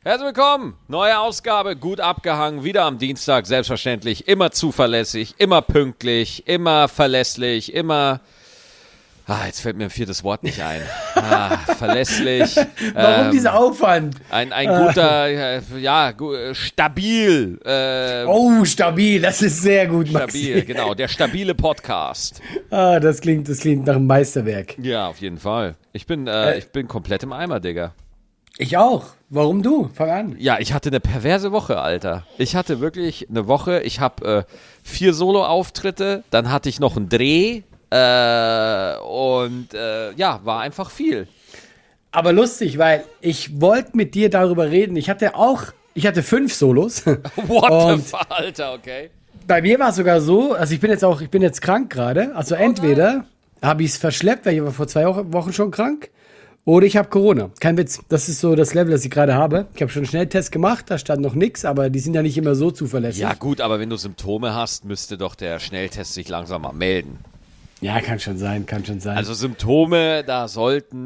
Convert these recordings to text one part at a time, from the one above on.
Herzlich willkommen, neue Ausgabe, gut abgehangen, wieder am Dienstag, selbstverständlich, immer zuverlässig, immer pünktlich, immer verlässlich, immer... jetzt fällt mir ein viertes Wort nicht ein. Verlässlich. Warum dieser Aufwand? Ein guter, stabil. Stabil, das ist sehr gut, Maxi. Stabil, genau, der stabile Podcast. Das klingt nach einem Meisterwerk. Ja, auf jeden Fall. Ich bin komplett im Eimer, Digga. Ich auch. Warum du? Fang an. Ja, ich hatte eine perverse Woche, Alter. Ich hatte wirklich eine Woche, ich habe 4 Solo-Auftritte, dann hatte ich noch einen Dreh war einfach viel. Aber lustig, weil ich wollte mit dir darüber reden. Ich hatte 5 Solos. What the fuck, Alter, okay. Bei mir war es sogar so, also ich bin jetzt krank gerade. Also entweder habe ich es verschleppt, weil ich war vor 2 Wochen schon krank. Oder ich habe Corona. Kein Witz. Das ist so das Level, das ich gerade habe. Ich habe schon einen Schnelltest gemacht, da stand noch nichts, aber die sind ja nicht immer so zuverlässig. Ja gut, aber wenn du Symptome hast, müsste doch der Schnelltest sich langsam mal melden. Ja, kann schon sein. Also Symptome, da sollte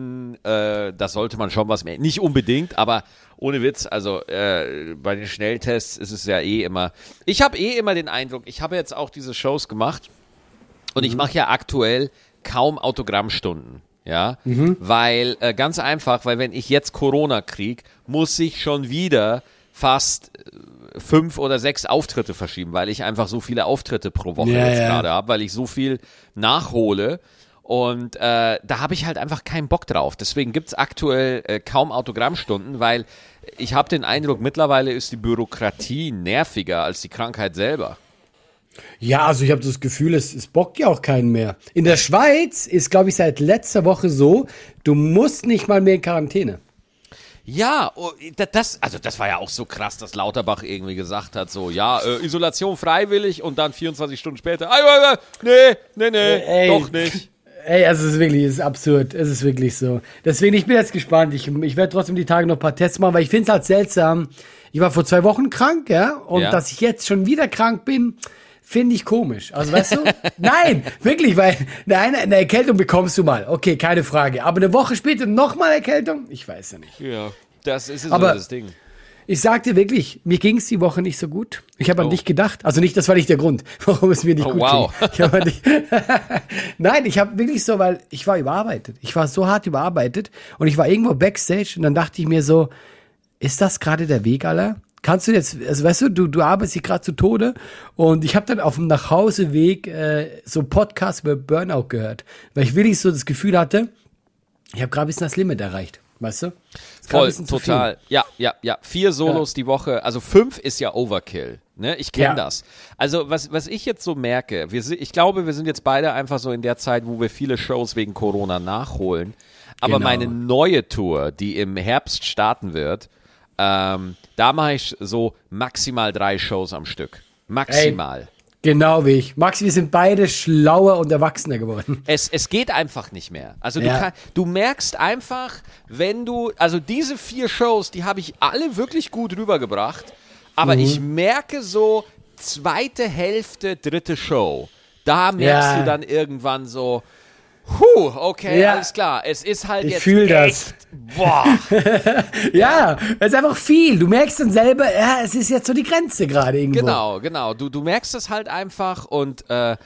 man schon was mehr. Nicht unbedingt, aber ohne Witz, also bei den Schnelltests ist es ja immer. Ich habe immer den Eindruck, ich habe jetzt auch diese Shows gemacht und ich mache ja aktuell kaum Autogrammstunden. Ja, weil ganz einfach, weil wenn ich jetzt Corona kriege, muss ich schon wieder fast 5 oder 6 Auftritte verschieben, weil ich einfach so viele Auftritte pro Woche gerade habe, weil ich so viel nachhole und da habe ich halt einfach keinen Bock drauf. Deswegen gibt es aktuell kaum Autogrammstunden, weil ich habe den Eindruck, mittlerweile ist die Bürokratie nerviger als die Krankheit selber. Ja, also ich habe das Gefühl, es bockt ja auch keinen mehr. In der Schweiz ist, glaube ich, seit letzter Woche so, du musst nicht mal mehr in Quarantäne. Ja, das war ja auch so krass, dass Lauterbach irgendwie gesagt hat, so, Isolation freiwillig und dann 24 Stunden später, nee, doch nicht. Ey, also es ist absurd, es ist wirklich so. Deswegen, ich bin jetzt gespannt, ich werde trotzdem die Tage noch ein paar Tests machen, weil ich finde es halt seltsam, ich war vor 2 Wochen krank, und dass ich jetzt schon wieder krank bin, finde ich komisch. Also weißt du? Nein, wirklich, weil eine Erkältung bekommst du mal. Okay, keine Frage. Aber eine Woche später nochmal Erkältung? Ich weiß ja nicht. Ja, das ist so aber das Ding. Ich sag dir wirklich, mir ging es die Woche nicht so gut. Ich habe an dich gedacht. Also nicht, das war nicht der Grund, warum es mir nicht gut ging. Nein, ich habe wirklich so, weil ich war überarbeitet. Ich war so hart überarbeitet und ich war irgendwo Backstage und dann dachte ich mir so, ist das gerade der Weg, Alter? Kannst du jetzt, also weißt du arbeitest hier gerade zu Tode und ich habe dann auf dem Nachhauseweg so Podcasts über Burnout gehört, weil ich wirklich so das Gefühl hatte, ich habe gerade ein bisschen das Limit erreicht, weißt du? Voll, total. Ja. 4 Solos die Woche, also 5 ist ja Overkill, ne? Ich kenne das. Also was ich jetzt so merke, ich glaube, wir sind jetzt beide einfach so in der Zeit, wo wir viele Shows wegen Corona nachholen, aber meine neue Tour, die im Herbst starten wird, da mache ich so maximal 3 Shows am Stück. Maximal. Ey, genau wie ich. Maxi, wir sind beide schlauer und erwachsener geworden. Es geht einfach nicht mehr. Also du merkst einfach, also diese 4 Shows, die habe ich alle wirklich gut rübergebracht, aber ich merke so, 2. Hälfte, 3. Show, da merkst du dann irgendwann so, okay, alles klar. Es ist halt ich jetzt fühl echt, das. Boah. Ja, es ist einfach viel. Du merkst dann selber, es ist jetzt so die Grenze gerade irgendwo. Genau. Du merkst es halt einfach und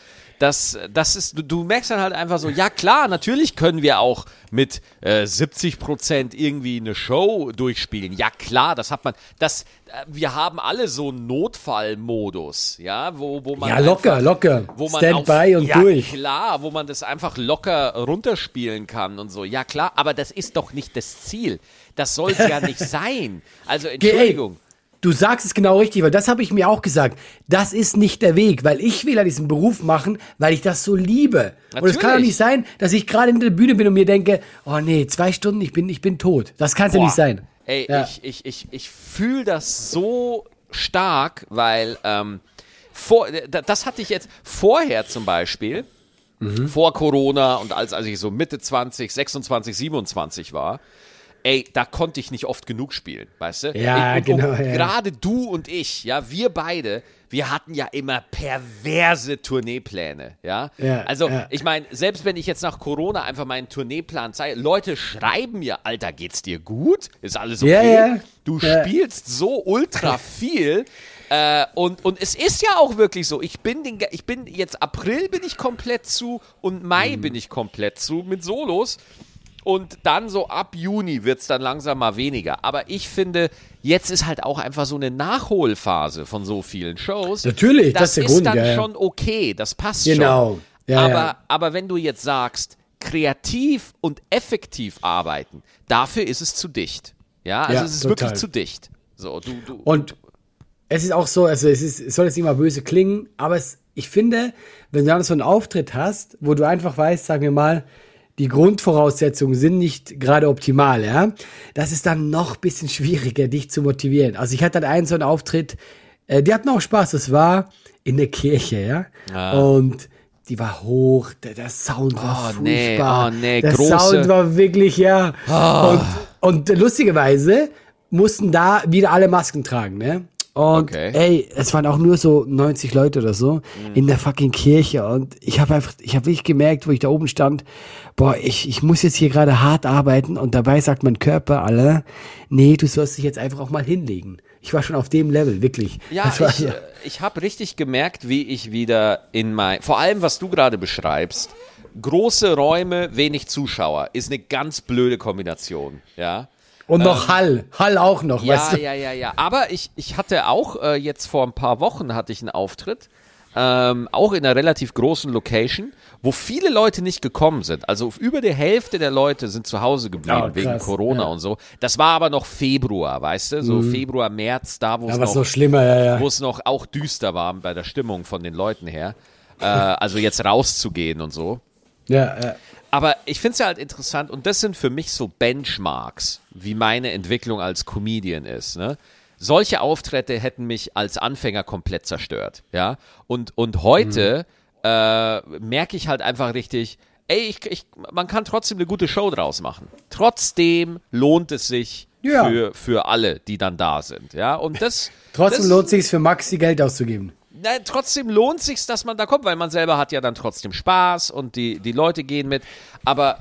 du merkst dann halt einfach so, ja klar, natürlich können wir auch mit 70% irgendwie eine Show durchspielen. Ja klar, wir haben alle so einen Notfallmodus, ja, wo man locker, wo man Standby und durch. Ja klar, wo man das einfach locker runterspielen kann und so. Ja klar, aber das ist doch nicht das Ziel. Das soll es ja nicht sein. Also Entschuldigung. Du sagst es genau richtig, weil das habe ich mir auch gesagt. Das ist nicht der Weg, weil ich will ja diesen Beruf machen, weil ich das so liebe. Natürlich. Und es kann doch nicht sein, dass ich gerade in der Bühne bin und mir denke, oh nee, 2 Stunden, ich bin tot. Das kann es ja nicht sein. Ey, ich fühle das so stark, weil das hatte ich jetzt vorher zum Beispiel, vor Corona und als ich so Mitte 20, 26, 27 war, ey, da konnte ich nicht oft genug spielen, weißt du? Ja, genau. Ja. Gerade du und ich, ja, wir beide, wir hatten ja immer perverse Tourneepläne, ja? Also, ich meine, selbst wenn ich jetzt nach Corona einfach meinen Tourneeplan zeige, Leute schreiben mir, Alter, geht's dir gut? Ist alles okay? Ja. Du spielst so ultra viel. Und es ist ja auch wirklich so, ich bin jetzt April bin ich komplett zu und Mai bin ich komplett zu mit Solos. Und dann so ab Juni wird es dann langsam mal weniger. Aber ich finde, jetzt ist halt auch einfach so eine Nachholphase von so vielen Shows. Natürlich, das ist der Grund. Das ist dann schon okay, das passt schon. Genau. Aber wenn du jetzt sagst, kreativ und effektiv arbeiten, dafür ist es zu dicht. Ja, also es ist total. wirklich zu dicht. So, und es ist auch so, also es soll jetzt nicht mal böse klingen, aber ich finde, wenn du dann so einen Auftritt hast, wo du einfach weißt, sagen wir mal, die Grundvoraussetzungen sind nicht gerade optimal, ja, das ist dann noch ein bisschen schwieriger, dich zu motivieren. Also ich hatte dann einen so einen Auftritt, die hatten auch Spaß, das war in der Kirche, ja, und die war hoch, der Sound war furchtbar. Der Sound war wirklich, und lustigerweise mussten da wieder alle Masken tragen, ne? Und ey, es waren auch nur so 90 Leute oder so in der fucking Kirche und ich habe wirklich gemerkt, wo ich da oben stand, boah, ich muss jetzt hier gerade hart arbeiten und dabei sagt mein Körper nee, du sollst dich jetzt einfach auch mal hinlegen. Ich war schon auf dem Level, wirklich. Ja, ich habe richtig gemerkt, wie ich wieder vor allem, was du gerade beschreibst, große Räume, wenig Zuschauer, ist eine ganz blöde Kombination, ja. Und noch Hall auch noch, weißt du? Ja. Aber ich hatte auch, jetzt vor ein paar Wochen hatte ich einen Auftritt, auch in einer relativ großen Location, wo viele Leute nicht gekommen sind. Also über die Hälfte der Leute sind zu Hause geblieben, wegen Corona und so. Das war aber noch Februar, weißt du? So Februar, März, da wo es noch schlimmer, wo es noch auch düster war bei der Stimmung von den Leuten her. Also jetzt rauszugehen und so. Ja. Aber ich finde es ja halt interessant und das sind für mich so Benchmarks, wie meine Entwicklung als Comedian ist. Ne? Solche Auftritte hätten mich als Anfänger komplett zerstört. Ja? Und heute merke ich halt einfach richtig, ey, man kann trotzdem eine gute Show draus machen. Trotzdem lohnt es sich für alle, die dann da sind. Ja? Und trotzdem lohnt es sich für Maxi Geld auszugeben. Nein, trotzdem lohnt es sich, dass man da kommt, weil man selber hat ja dann trotzdem Spaß und die Leute gehen mit. Aber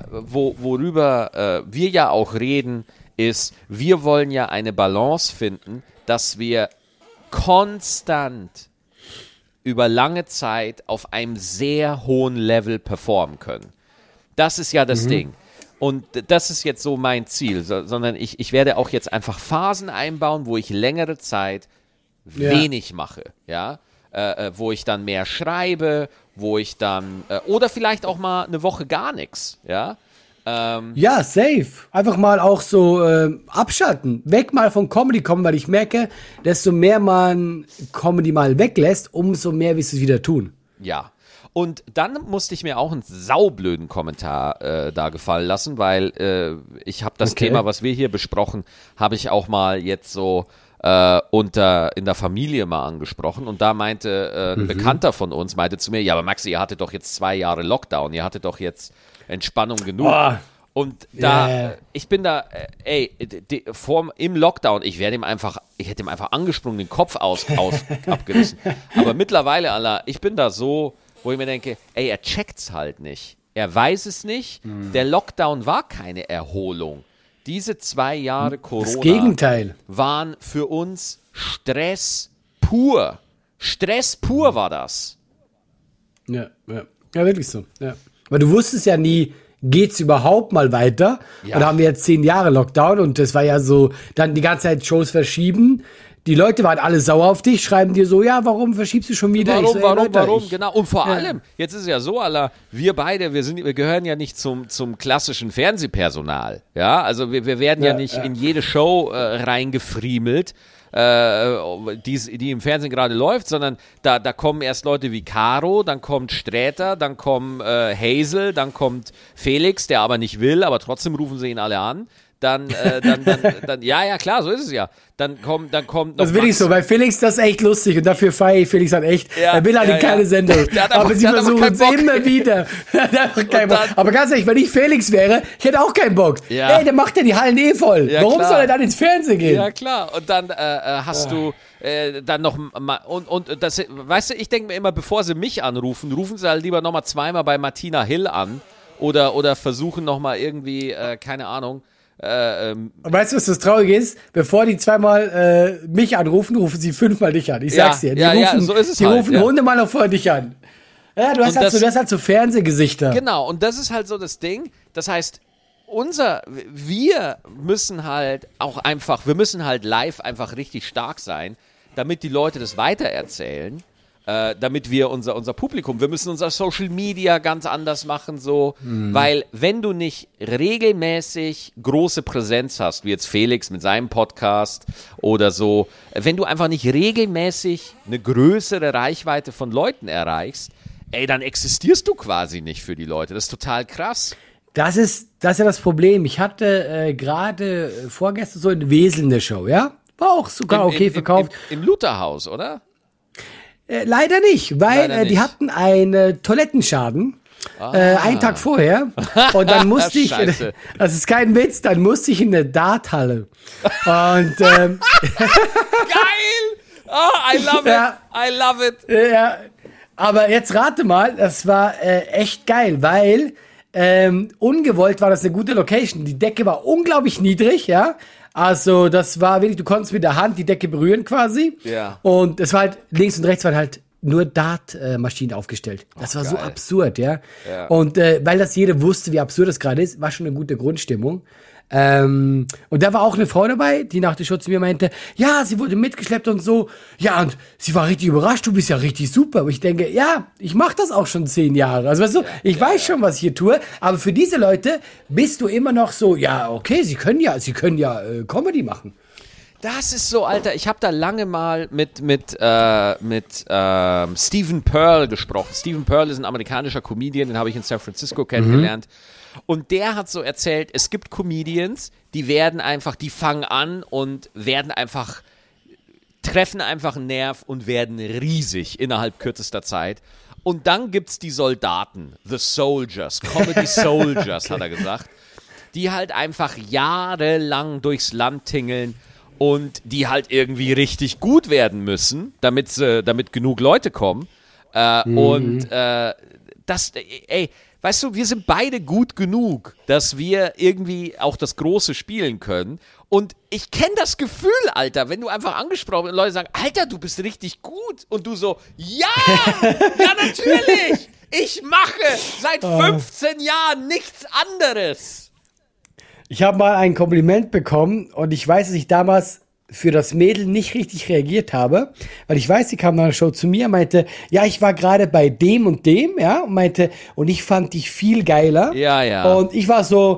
worüber wir ja auch reden, ist, wir wollen ja eine Balance finden, dass wir konstant über lange Zeit auf einem sehr hohen Level performen können. Das ist ja das Ding. Und das ist jetzt so mein Ziel, sondern ich werde auch jetzt einfach Phasen einbauen, wo ich längere Zeit wenig mache, ja. Wo ich dann mehr schreibe, wo ich dann, oder vielleicht auch mal eine Woche gar nichts, ja. Ja, safe. Einfach mal auch so abschalten. Weg mal von Comedy kommen, weil ich merke, desto mehr man Comedy mal weglässt, umso mehr wirst du es wieder tun. Ja. Und dann musste ich mir auch einen saublöden Kommentar da gefallen lassen, weil ich habe das Thema, was wir hier besprochen, habe ich auch mal jetzt so in der Familie mal angesprochen und da meinte ein Bekannter von uns, meinte zu mir, ja, aber Maxi, ihr hattet doch jetzt 2 Jahre Lockdown, ihr hattet doch jetzt Entspannung genug. Und ich bin da, im Lockdown, ich hätte ihm einfach angesprungen, den Kopf abgerissen. Aber mittlerweile, Alter, ich bin da so, wo ich mir denke, ey, er checkt's halt nicht. Er weiß es nicht. Der Lockdown war keine Erholung. Diese 2 Jahre Corona das Gegenteil. Waren für uns Stress pur. Stress pur war das. Ja, wirklich so. Ja. Weil du wusstest ja nie, geht's überhaupt mal weiter? Ja. Oder haben wir jetzt 10 Jahre Lockdown und das war ja so, dann die ganze Zeit Shows verschieben. Die Leute waren alle sauer auf dich, schreiben dir so, ja, warum verschiebst du schon wieder? Warum? Genau. Und vor allem, jetzt ist es ja so, wir beide, wir gehören ja nicht zum klassischen Fernsehpersonal. Ja, also wir werden ja nicht in jede Show reingefriemelt, die im Fernsehen gerade läuft, sondern da kommen erst Leute wie Caro, dann kommt Sträter, dann kommt Hazel, dann kommt Felix, der aber nicht will, aber trotzdem rufen sie ihn alle an. dann, ja, klar, so ist es ja. Dann kommt noch das will ich so, weil Felix, das ist echt lustig und dafür feiere ich Felix halt echt. Er will halt in keine Sendung. Aber sie versuchen es immer wieder. Er hat einfach keinen Bock. Aber ganz ehrlich, wenn ich Felix wäre, ich hätte auch keinen Bock. Ja. Ey, der macht ja die Hallen voll. Ja, warum soll er dann ins Fernsehen gehen? Ja, klar. Und dann hast du dann noch mal, und das, weißt du, ich denke mir immer, bevor sie mich anrufen, rufen sie halt lieber nochmal zweimal bei Martina Hill an oder versuchen nochmal irgendwie, keine Ahnung. Weißt du, was das Traurige ist? Bevor die zweimal mich anrufen, rufen sie 5-mal dich an. Ich sag's dir. So ist es die rufen hundemal noch vorher dich an. Ja, du hast halt so Fernsehgesichter. Genau, und das ist halt so das Ding. Das heißt, wir müssen halt live einfach richtig stark sein, damit die Leute das weitererzählen. Damit wir unser Publikum, wir müssen unser Social Media ganz anders machen, so, weil wenn du nicht regelmäßig große Präsenz hast, wie jetzt Felix mit seinem Podcast oder so, wenn du einfach nicht regelmäßig eine größere Reichweite von Leuten erreichst, dann existierst du quasi nicht für die Leute. Das ist total krass. Das ist ja das Problem. Ich hatte gerade vorgestern so in Wesel eine Show, ja? War auch sogar okay verkauft. Im Lutherhaus, oder? Leider nicht, weil die hatten einen Toilettenschaden einen Tag vorher und dann musste ich, das ist kein Witz, dann musste ich in eine Darthalle. Und geil! Oh, I love it. Ja, aber jetzt rate mal, das war echt geil, weil ungewollt war das eine gute Location. Die Decke war unglaublich niedrig, ja. Also das war wirklich, du konntest mit der Hand die Decke berühren quasi. Ja. Und es war halt, links und rechts waren halt nur Dart-Maschinen aufgestellt. Das war geil. So absurd, ja. Und weil das jeder wusste, wie absurd das gerade ist, war schon eine gute Grundstimmung. Und da war auch eine Frau dabei, die nach der Show zu mir meinte, ja, sie wurde mitgeschleppt und so. Ja, und sie war richtig überrascht, du bist ja richtig super. Aber ich denke, ja, ich mache das auch schon 10 Jahre. Also weißt du, ich weiß schon, was ich hier tue. Aber für diese Leute bist du immer noch so, ja, okay, sie können ja Comedy machen. Das ist so, Alter, ich habe da lange mal mit Stephen Pearl gesprochen. Stephen Pearl ist ein amerikanischer Comedian, den habe ich in San Francisco kennengelernt. Und der hat so erzählt, es gibt Comedians, die fangen an und treffen einfach einen Nerv und werden riesig innerhalb kürzester Zeit. Und dann gibt's die Soldaten, the Soldiers, Comedy Soldiers, hat er gesagt, die halt einfach jahrelang durchs Land tingeln und die halt irgendwie richtig gut werden müssen, damit genug Leute kommen. Weißt du, wir sind beide gut genug, dass wir irgendwie auch das Große spielen können. Und ich kenne das Gefühl, Alter, wenn du einfach angesprochen und Leute sagen, Alter, du bist richtig gut. Und du so, ja natürlich, ich mache seit 15 Jahren nichts anderes. Ich habe mal ein Kompliment bekommen und ich weiß, dass ich damals für das Mädel nicht richtig reagiert habe, weil ich weiß, sie kam nach der Show zu mir, meinte, ja, ich war gerade bei dem und dem, ja, und meinte, und ich fand dich viel geiler. Ja. Und ich war so,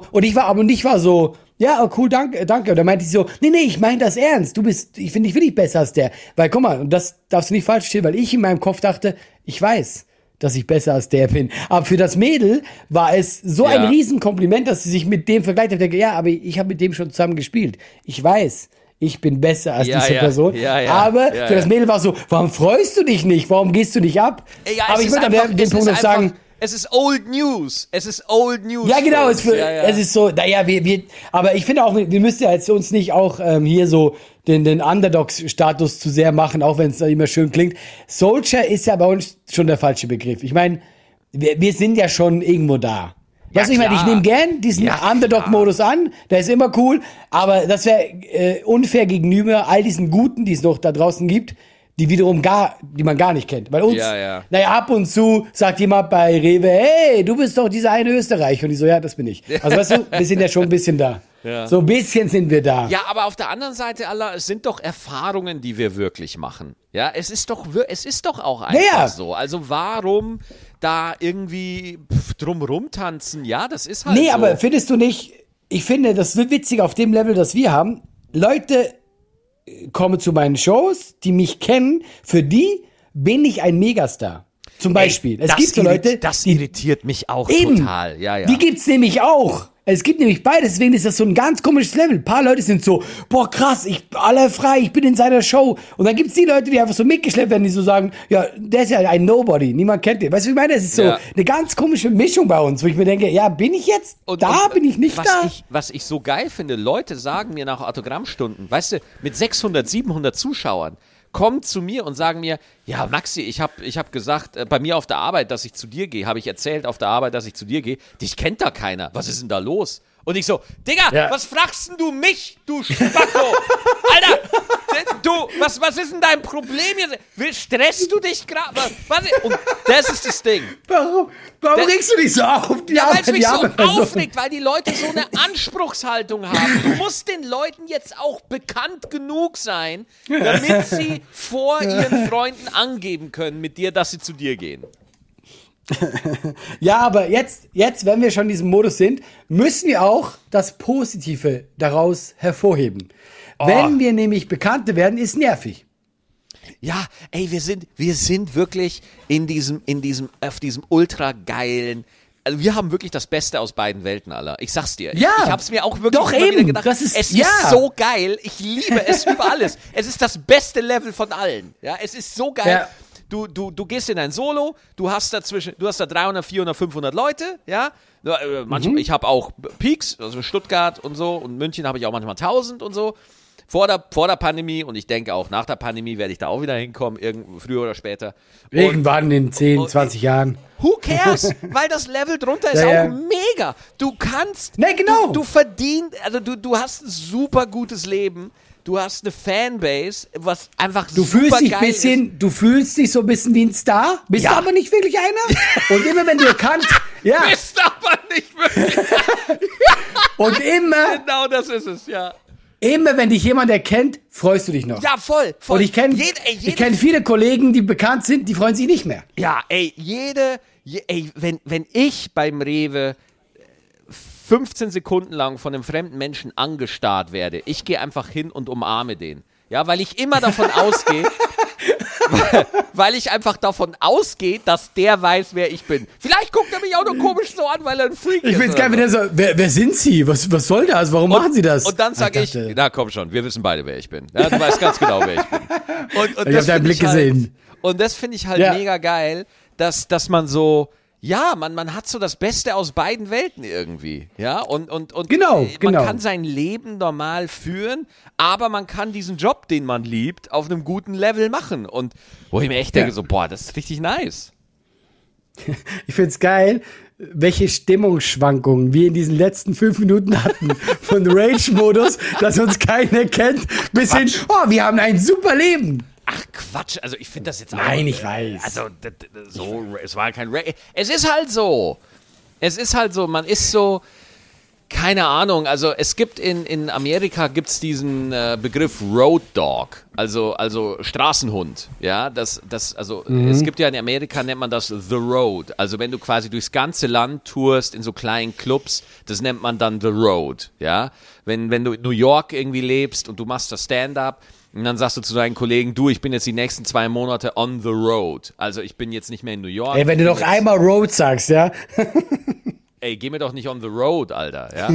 ja, oh, cool, danke. Und dann meinte sie so, nee, ich meine das ernst. Ich finde dich wirklich besser als der. Weil, guck mal, und das darfst du nicht falsch verstehen, weil ich in meinem Kopf dachte, ich weiß, dass ich besser als der bin. Aber für das Mädel war es so ein Riesenkompliment, dass sie sich mit dem vergleicht hat. Ich denke, ja, aber ich habe mit dem schon zusammen gespielt. Ich weiß, ich bin besser als diese Person. Aber für das Mädel war es so, warum freust du dich nicht? Warum gehst du nicht ab? Aber ich würde an dem Punkt noch sagen, es ist Old News. Ja, genau. Es ist so, naja, aber ich finde auch, wir müssen ja jetzt uns nicht auch hier so den Underdog-Status zu sehr machen, auch wenn es immer schön klingt. Soldier ist ja bei uns schon der falsche Begriff. Ich meine, wir sind ja schon irgendwo da. Weißt du, ich meine, ich nehme gern diesen Underdog-Modus an, der ist immer cool, aber das wäre unfair gegenüber all diesen Guten, die es noch da draußen gibt, die man gar nicht kennt. Bei uns, naja, ab und zu sagt jemand bei Rewe, hey, du bist doch dieser eine Österreicher. Und ich so, ja, das bin ich. Also weißt du, wir sind ja schon ein bisschen da. Ja. So ein bisschen sind wir da. Ja, aber auf der anderen Seite, Allah, es sind doch Erfahrungen, die wir wirklich machen. Ja, es ist doch auch einfach so. Also warum da irgendwie drumrum tanzen? Ja, das ist halt so. Aber findest du nicht, ich finde, das wird witzig auf dem Level, das wir haben. Leute kommen zu meinen Shows, die mich kennen, für die bin ich ein Megastar. Zum Beispiel. Es gibt so Leute, das irritiert mich auch total. Ja. Die gibt's nämlich auch. Es gibt nämlich beides, deswegen ist das so ein ganz komisches Level. Ein paar Leute sind so, boah krass, alle frei, ich bin in seiner Show. Und dann gibt's die Leute, die einfach so mitgeschleppt werden, die so sagen, ja, der ist ja ein Nobody, niemand kennt den. Weißt du, wie ich meine? Es ist so eine ganz komische Mischung bei uns, wo ich mir denke, ja, bin ich jetzt bin ich nicht da? Was ich so geil finde, Leute sagen mir nach Autogrammstunden, weißt du, mit 600, 700 Zuschauern, kommen zu mir und sagen mir, ja Maxi, ich hab gesagt, bei mir auf der Arbeit, dass ich zu dir gehe, habe ich erzählt auf der Arbeit, dass ich zu dir gehe, dich kennt da keiner, was ist denn da los? Und ich so, Digga, was fragst denn du mich, du Spacko? Alter, was ist denn dein Problem hier? Stresst du dich gerade? Und das ist das Ding. Warum regst du dich so auf? Weil es mich so aufregt, weil die Leute so eine Anspruchshaltung haben. Du musst den Leuten jetzt auch bekannt genug sein, damit sie vor ihren Freunden angeben können mit dir, dass sie zu dir gehen. Ja, aber jetzt, wenn wir schon in diesem Modus sind, müssen wir auch das Positive daraus hervorheben. Wenn wir nämlich Bekannte werden, ist nervig. Ja, ey, wir sind wirklich auf diesem ultra geilen, also wir haben wirklich das Beste aus beiden Welten, Alter. Ich sag's dir. Ja, ich hab's mir auch wirklich doch immer eben. wieder gedacht. Es ist so geil. Ich liebe es über alles. Es ist das beste Level von allen. Ja, es ist so geil. Ja. Du gehst in ein Solo, du hast da 300, 400, 500 Leute, ja. Manchmal, ich habe auch Peaks, also Stuttgart und so, und München habe ich auch manchmal 1000 und so. Vor der Pandemie, und ich denke auch nach der Pandemie werde ich da auch wieder hinkommen, früher oder später. Irgendwann in 10, 20 Jahren. Who cares? Weil das Level drunter ist auch mega. Du kannst, genau. Du verdienst, also du hast ein super gutes Leben. Du hast eine Fanbase, was einfach super geil ist. Du fühlst dich so ein bisschen wie ein Star, bist du aber nicht wirklich einer. Und immer wenn du erkannt, bist aber nicht wirklich. Und immer. Genau das ist es, ja. Immer wenn dich jemand erkennt, freust du dich noch. Ja, voll. Und ich kenne viele Kollegen, die bekannt sind, die freuen sich nicht mehr. Ja, ey, wenn ich beim Rewe 15 Sekunden lang von einem fremden Menschen angestarrt werde, ich gehe einfach hin und umarme den. Ja, weil ich immer davon ausgehe, weil ich einfach davon ausgehe, dass der weiß, wer ich bin. Vielleicht guckt er mich auch nur komisch so an, weil er ein Freak ist. Ich find's geil, wenn der so, wer sind Sie? Was soll das? Warum machen Sie das? Und dann sage ich, na komm schon, wir wissen beide, wer ich bin. Ja, du weißt ganz genau, wer ich bin. Und ich habe deinen Blick gesehen. Und das finde ich halt mega geil, dass man so, ja, man hat so das Beste aus beiden Welten irgendwie, ja, und genau. Man kann sein Leben normal führen, aber man kann diesen Job, den man liebt, auf einem guten Level machen, und wo ich mir echt denke, so, boah, das ist richtig nice. Ich find's geil, welche Stimmungsschwankungen wir in diesen letzten 5 Minuten hatten, von Rage-Modus, dass uns keiner kennt, bis hin, wir haben ein super Leben. Ach Quatsch, also ich finde das jetzt auch... Nein, ich weiß. Also es war kein es ist halt so. Man ist so, keine Ahnung, also es gibt in Amerika gibt's diesen Begriff Road Dog, also Straßenhund, ja, es gibt ja in Amerika, nennt man das The Road, also wenn du quasi durchs ganze Land tourst in so kleinen Clubs, das nennt man dann The Road, ja, wenn du in New York irgendwie lebst und du machst das Stand-up, und dann sagst du zu deinen Kollegen, du, ich bin jetzt die nächsten 2 Monate on the road. Also ich bin jetzt nicht mehr in New York. Ey, wenn du noch einmal Road sagst, ja. Ey, geh mir doch nicht on the road, Alter, ja.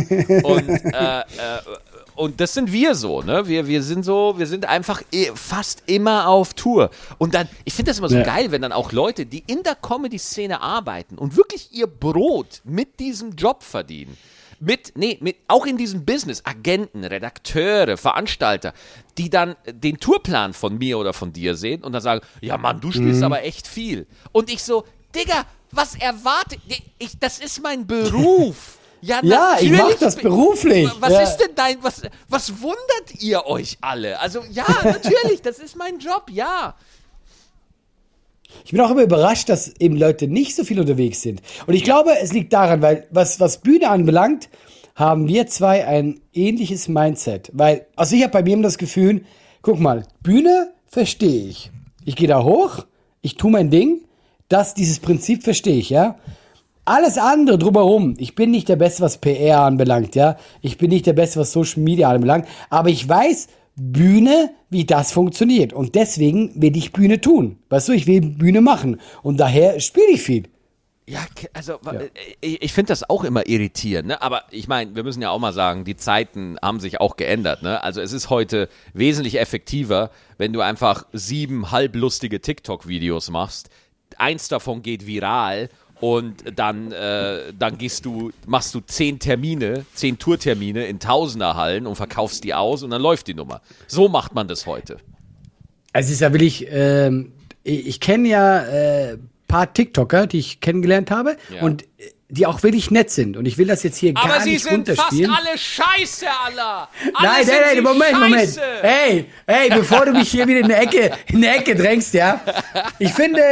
Und das sind wir so, ne? Wir sind einfach fast immer auf Tour. Und dann, ich finde das immer so geil, wenn dann auch Leute, die in der Comedy-Szene arbeiten und wirklich ihr Brot mit diesem Job verdienen, auch in diesem Business, Agenten, Redakteure, Veranstalter, die dann den Tourplan von mir oder von dir sehen und dann sagen, ja Mann, du spielst aber echt viel. Und ich so, Digga, was erwartet, das ist mein Beruf. Ja, ich mach das beruflich. Was ist denn was wundert ihr euch alle? Also ja, natürlich, das ist mein Job, ja. Ich bin auch immer überrascht, dass eben Leute nicht so viel unterwegs sind. Und ich glaube, es liegt daran, weil was Bühne anbelangt, haben wir zwei ein ähnliches Mindset. Weil, also ich habe bei mir immer das Gefühl, guck mal, Bühne verstehe ich. Ich gehe da hoch, ich tue mein Ding, dieses Prinzip verstehe ich, ja. Alles andere drumherum, ich bin nicht der Beste, was PR anbelangt, ja. Ich bin nicht der Beste, was Social Media anbelangt, aber ich weiß, Bühne, wie das funktioniert. Und deswegen will ich Bühne tun. Weißt du, ich will Bühne machen. Und daher spiele ich viel. Ja, also ich finde das auch immer irritierend, ne? Aber ich meine, wir müssen ja auch mal sagen, die Zeiten haben sich auch geändert, ne? Also es ist heute wesentlich effektiver, wenn du einfach 7 halblustige TikTok-Videos machst. Eins davon geht viral und dann machst du 10 Tourtermine in Tausenderhallen und verkaufst die aus und dann läuft die Nummer. So macht man das heute. Also es ist ja wirklich, ich kenne ja paar TikToker, die ich kennengelernt habe und die auch wirklich nett sind. Und ich will das jetzt hier gar nicht runterspielen. Aber sie sind fast alle scheiße, Allah. Nein, Moment. Hey, bevor du mich hier wieder in eine Ecke drängst, ja. Ich finde,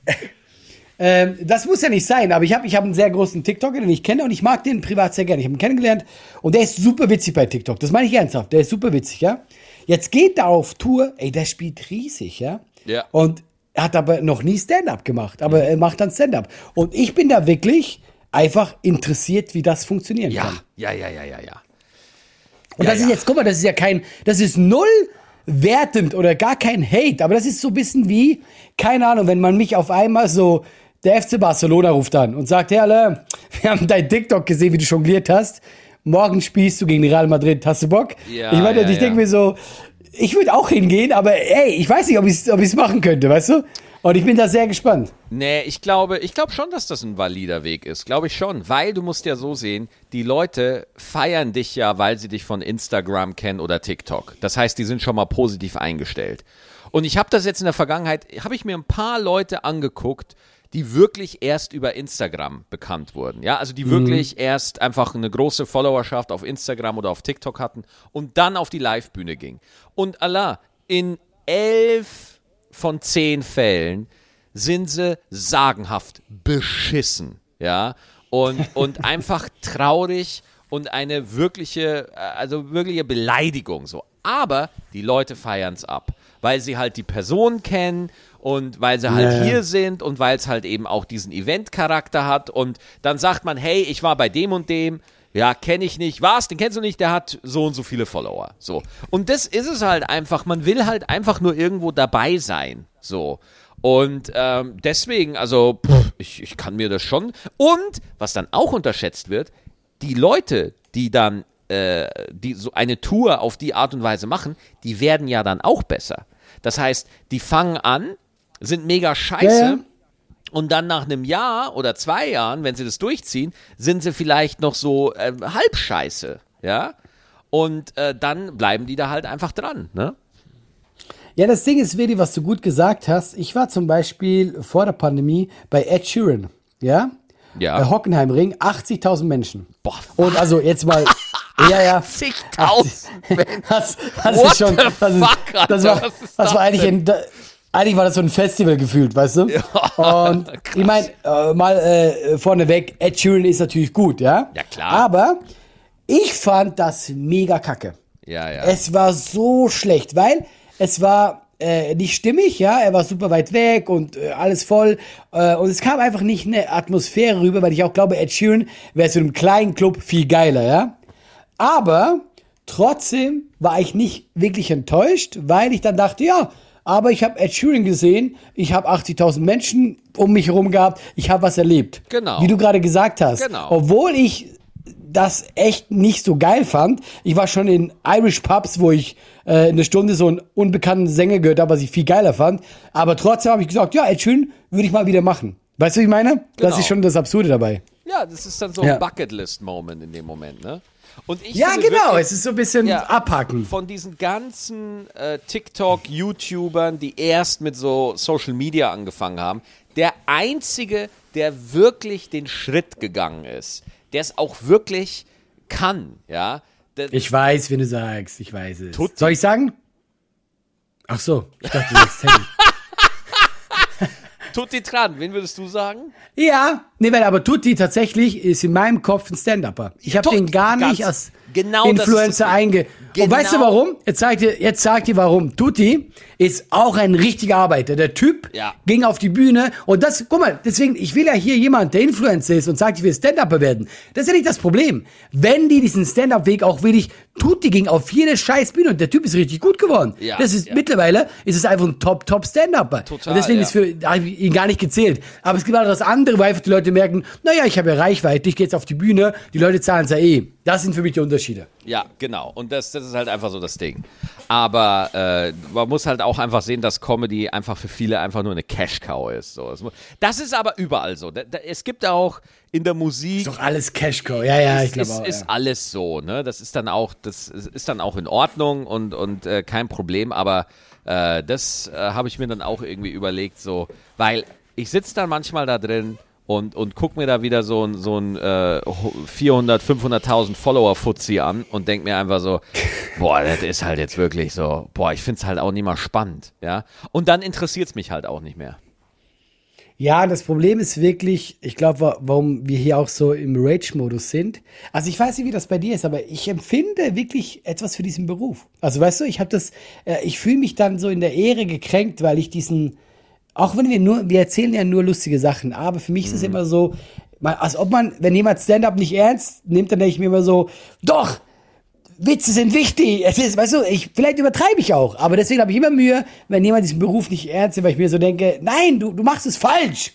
das muss ja nicht sein, aber ich hab einen sehr großen TikToker, den ich kenne und ich mag den privat sehr gerne. Ich habe ihn kennengelernt und der ist super witzig bei TikTok. Das meine ich ernsthaft. Der ist super witzig, ja. Jetzt geht er auf Tour, der spielt riesig, ja. Ja. Und er hat aber noch nie Stand-up gemacht, aber er macht dann Stand-up. Und ich bin da wirklich einfach interessiert, wie das funktionieren kann. Ja. Und das ist jetzt, guck mal, das ist null wertend oder gar kein Hate, aber das ist so ein bisschen wie, keine Ahnung, wenn man mich auf einmal so, der FC Barcelona ruft an und sagt, hey, Alter, wir haben dein TikTok gesehen, wie du jongliert hast, morgen spielst du gegen Real Madrid, hast du Bock? Ja, ich meine, ich denke mir so, ich würde auch hingehen, aber ich weiß nicht, ob ich's machen könnte, weißt du? Und ich bin da sehr gespannt. Nee, ich glaube schon, dass das ein valider Weg ist. Glaube ich schon. Weil du musst ja so sehen, die Leute feiern dich ja, weil sie dich von Instagram kennen oder TikTok. Das heißt, die sind schon mal positiv eingestellt. Und ich habe das jetzt in der Vergangenheit, habe ich mir ein paar Leute angeguckt, die wirklich erst über Instagram bekannt wurden. Ja, also die wirklich erst einfach eine große Followerschaft auf Instagram oder auf TikTok hatten und dann auf die Live-Bühne ging. Und Allah, in 11 von 10 Fällen sind sie sagenhaft beschissen. Ja, und einfach traurig und eine wirkliche Beleidigung so. Aber die Leute feiern es ab, weil sie halt die Person kennen und weil sie halt hier sind und weil es halt eben auch diesen Event-Charakter hat und dann sagt man, hey, ich war bei dem und dem, ja, kenne ich nicht, was, den kennst du nicht, der hat so und so viele Follower, so. Und das ist es halt einfach, man will halt einfach nur irgendwo dabei sein, so. Und deswegen, also, ich kann mir das schon, und was dann auch unterschätzt wird, die Leute, die dann die so eine Tour auf die Art und Weise machen, die werden ja dann auch besser. Das heißt, die fangen an, sind mega scheiße und dann nach einem Jahr oder 2 Jahren, wenn sie das durchziehen, sind sie vielleicht noch so halb scheiße, ja? Und dann bleiben die da halt einfach dran, ne? Ja, das Ding ist, Vedi, was du gut gesagt hast. Ich war zum Beispiel vor der Pandemie bei Ed Sheeran, ja? Ja. Hockenheimring, 80.000 Menschen. Boah. Und also jetzt mal, ja. 80.000 Menschen. Das ist schon, das war eigentlich eigentlich war das so ein Festival gefühlt, weißt du? Ja, und krass. Ich meine, vorneweg, Ed Sheeran ist natürlich gut, ja? Ja, klar. Aber ich fand das mega kacke. Ja. Es war so schlecht, weil es war nicht stimmig, ja, er war super weit weg und alles voll und es kam einfach nicht eine Atmosphäre rüber, weil ich auch glaube, Ed Sheeran wäre zu einem kleinen Club viel geiler, ja. Aber trotzdem war ich nicht wirklich enttäuscht, weil ich dann dachte, ja, aber ich habe Ed Sheeran gesehen, ich habe 80.000 Menschen um mich herum gehabt, ich habe was erlebt. Genau. Wie du gerade gesagt hast. Genau. Obwohl ich das echt nicht so geil fand. Ich war schon in Irish Pubs, wo ich eine Stunde so einen unbekannten Sänger gehört habe, was ich viel geiler fand. Aber trotzdem habe ich gesagt, ja, Ed Sheeran würde ich mal wieder machen. Weißt du, was ich meine? Genau. Das ist schon das Absurde dabei. Ja, das ist dann so ein Bucketlist-Moment in dem Moment, ne? Und ich ja, finde genau, wirklich, es ist so ein bisschen abhaken. Von diesen ganzen TikTok-YouTubern, die erst mit so Social Media angefangen haben, der Einzige, der wirklich den Schritt gegangen ist, der es auch wirklich kann, ja. Ich weiß, wenn du sagst, ich weiß es. Soll ich sagen? Ach so, ich dachte, du sagst Teddy. Tutti Tran, wen würdest du sagen? Ja, nee, weil aber Tutti tatsächlich ist in meinem Kopf ein Stand-Upper. Ich habe den gar nicht als Genau Influencer einge... Genau. Und weißt du warum? Jetzt sag ich dir warum. Tutti ist auch ein richtiger Arbeiter. Der Typ ging auf die Bühne und das, guck mal, deswegen, ich will ja hier jemand, der Influencer ist und sagt, ich will Stand-Upper werden. Das ist ja nicht das Problem. Wenn die diesen Stand-Up-Weg auch wirklich, Tutti ging auf jede scheiß Bühne und der Typ ist richtig gut geworden. Ja, das ist, mittlerweile ist es einfach ein Top-Stand-Upper. Total, und deswegen da habe ich ihn gar nicht gezählt. Aber es gibt auch das andere, wo einfach die Leute merken, naja, ich habe ja Reichweite, ich gehe jetzt auf die Bühne, die Leute zahlen es ja eh. Das sind für mich die Unterschiede. Ja, genau. Und das ist halt einfach so das Ding. Aber man muss halt auch einfach sehen, dass Comedy einfach für viele einfach nur eine Cash-Cow ist. So. Das ist aber überall so. Es gibt auch in der Musik... Ist doch alles Cash-Cow. Ja, ich glaube auch. Ist alles so. Ne? Das ist dann auch in Ordnung und kein Problem. Aber das habe ich mir dann auch irgendwie überlegt, so, weil ich sitze dann manchmal da drin und guck mir da wieder so ein 400, 500.000 Follower-Fuzzi an und denk mir einfach so, boah, das ist halt jetzt wirklich so, boah, ich find's halt auch nicht mal spannend, ja. Und dann interessiert's mich halt auch nicht mehr. Ja, das Problem ist wirklich, ich glaube, warum wir hier auch so im Rage-Modus sind. Also ich weiß nicht, wie das bei dir ist, aber ich empfinde wirklich etwas für diesen Beruf. Also weißt du, ich fühle mich dann so in der Ehre gekränkt, weil ich diesen... Auch wenn wir erzählen ja nur lustige Sachen, aber für mich ist es immer so, als ob wenn jemand Stand-Up nicht ernst nimmt, dann denke ich mir immer so, doch, Witze sind wichtig. Es ist, weißt du, vielleicht übertreibe ich auch, aber deswegen habe ich immer Mühe, wenn jemand diesen Beruf nicht ernst nimmt, weil ich mir so denke, nein, du machst es falsch.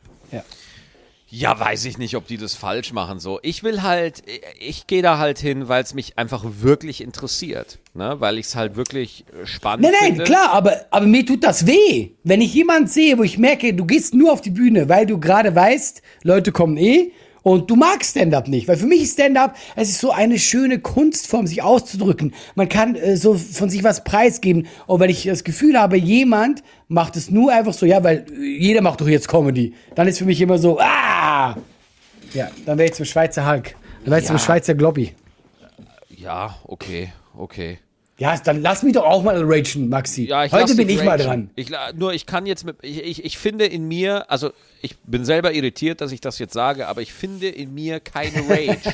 Ja, weiß ich nicht, ob die das falsch machen so. Ich gehe da halt hin, weil es mich einfach wirklich interessiert, ne? Weil ich es halt wirklich spannend finde. Nein, klar, aber mir tut das weh. Wenn ich jemanden sehe, wo ich merke, du gehst nur auf die Bühne, weil du gerade weißt, Leute kommen und du magst Stand-Up nicht. Weil für mich ist Stand-Up, es ist so eine schöne Kunstform, sich auszudrücken. Man kann so von sich was preisgeben. Und wenn ich das Gefühl habe, jemand macht es nur einfach so, ja, weil jeder macht doch jetzt Comedy. Dann ist für mich immer so, Ja, dann wäre ich zum Schweizer Hulk. Dann wäre ich zum Schweizer Globby. Ja, okay. Ja, dann lass mich doch auch mal ragen, Maxi. Ja, heute bin ich mal dran. Ich kann jetzt ich finde in mir, also ich bin selber irritiert, dass ich das jetzt sage, aber ich finde in mir keine Rage,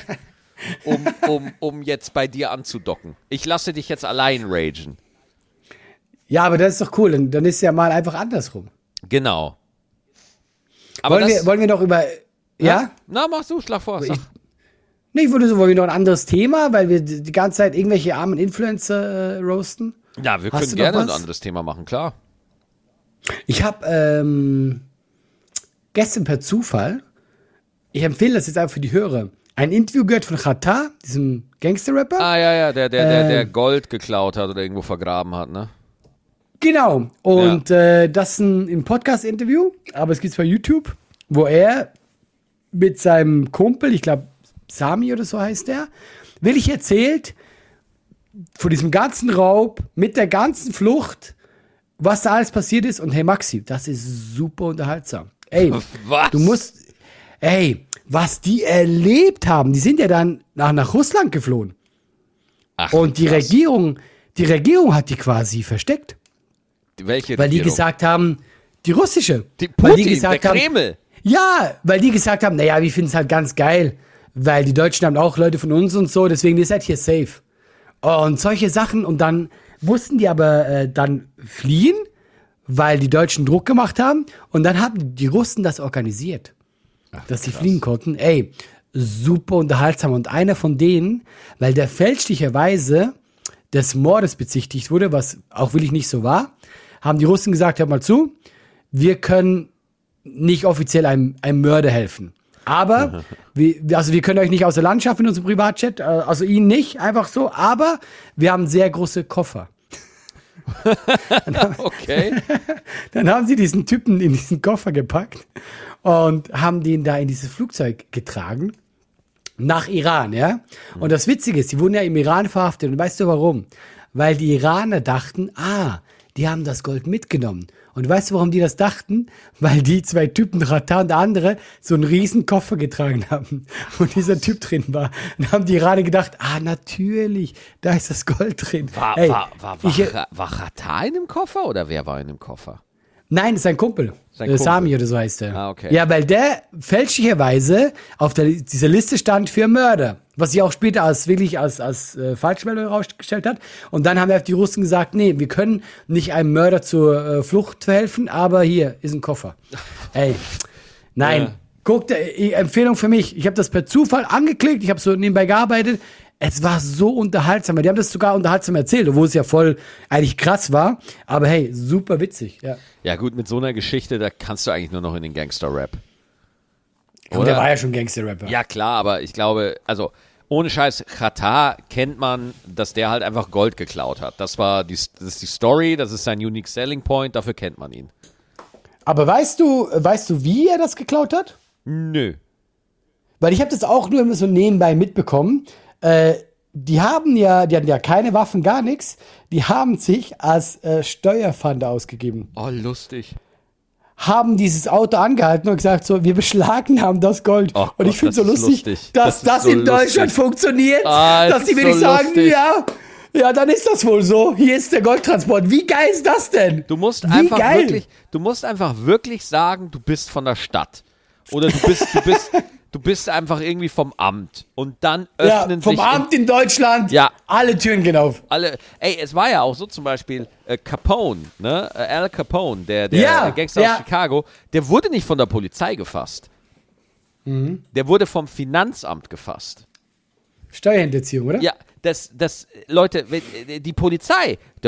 um jetzt bei dir anzudocken. Ich lasse dich jetzt allein ragen. Ja, aber das ist doch cool, dann ist es ja mal einfach andersrum. Genau. Aber wollen wir noch über... Ja? Na, mach du, schlag vor. Ich würde so, wollen wir noch ein anderes Thema, weil wir die ganze Zeit irgendwelche armen Influencer roasten? Ja, wir können gerne ein anderes Thema machen, klar. Ich habe gestern per Zufall, ich empfehle das jetzt einfach für die Hörer, ein Interview gehört von Xatar, diesem Gangster-Rapper. Ah, ja, der Gold geklaut hat oder irgendwo vergraben hat, ne? Genau. Und das ist ein Podcast-Interview, aber es gibt's bei YouTube, wo er mit seinem Kumpel, ich glaube Sami oder so heißt der, wirklich erzählt von diesem ganzen Raub, mit der ganzen Flucht, was da alles passiert ist. Und hey Maxi, das ist super unterhaltsam. Ey, was? Was die erlebt haben, die sind ja dann nach Russland geflohen. Ach, und die Regierung hat die quasi versteckt. Welche Weil die gesagt haben, die russische. Die Putin, der Kreml. Ja, weil die gesagt haben, naja, wir finden es halt ganz geil, weil die Deutschen haben auch Leute von uns und so, deswegen ihr seid hier safe. Und solche Sachen, und dann mussten die aber dann fliehen, weil die Deutschen Druck gemacht haben, und dann haben die Russen das organisiert, dass sie fliehen konnten. Ey, super unterhaltsam. Und einer von denen, weil der fälschlicherweise des Mordes bezichtigt wurde, was auch wirklich nicht so war, haben die Russen gesagt, hört mal zu, wir können nicht offiziell einem Mörder helfen. Aber wir können euch nicht aus der Land schaffen in unserem Privatchat, also ihn nicht, einfach so, aber wir haben sehr große Koffer. Okay. Dann haben sie diesen Typen in diesen Koffer gepackt und haben den da in dieses Flugzeug getragen nach Iran, ja. Und das Witzige ist, die wurden ja im Iran verhaftet. Und weißt du warum? Weil die Iraner dachten, die haben das Gold mitgenommen. Und weißt du, warum die das dachten? Weil die zwei Typen, Xatar und der andere, so einen riesen Koffer getragen haben. Und dieser Typ drin war. Dann haben die Iraner gedacht, natürlich, da ist das Gold drin. War Xatar in dem Koffer oder wer war in dem Koffer? Nein, ist sein Kumpel. Sami oder so heißt der. Ah, okay. Ja, weil der fälschlicherweise auf dieser Liste stand für Mörder. Was sich auch später als Falschmeldung herausgestellt hat. Und dann haben wir auf die Russen gesagt, nee, wir können nicht einem Mörder zur Flucht verhelfen, aber hier ist ein Koffer. Ey, nein. Ja. Guckt, Empfehlung für mich. Ich habe das per Zufall angeklickt, ich habe so nebenbei gearbeitet. Es war so unterhaltsam. Die haben das sogar unterhaltsam erzählt, obwohl es ja voll eigentlich krass war. Aber hey, super witzig. Ja gut, mit so einer Geschichte, da kannst du eigentlich nur noch in den Gangster-Rap. Und der war ja schon Gangster-Rapper. Ja klar, aber ich glaube, also ohne Scheiß, Xatar kennt man, dass der halt einfach Gold geklaut hat. Das ist die Story, das ist sein Unique Selling Point, dafür kennt man ihn. Aber weißt du, wie er das geklaut hat? Nö. Weil ich habe das auch nur immer so nebenbei mitbekommen. Die hatten ja keine Waffen, gar nichts. Die haben sich als Steuerfahnder ausgegeben. Oh, lustig. Haben dieses Auto angehalten und gesagt so, wir beschlagnahmen das Gold. Oh und ich finde so lustig, dass das so in Deutschland funktioniert, dass die wirklich sagen, ja, dann ist das wohl so. Hier ist der Goldtransport. Wie geil ist das denn? Du musst einfach wirklich sagen, du bist von der Stadt. Oder du bist einfach irgendwie vom Amt. Und dann öffnen sich... Vom Amt in Deutschland, alle Türen gehen auf. Es war ja auch so zum Beispiel Capone, ne? Al Capone, der Gangster aus Chicago, der wurde nicht von der Polizei gefasst. Mhm. Der wurde vom Finanzamt gefasst. Steuerhinterziehung, oder? Ja, Leute, die Polizei, ja,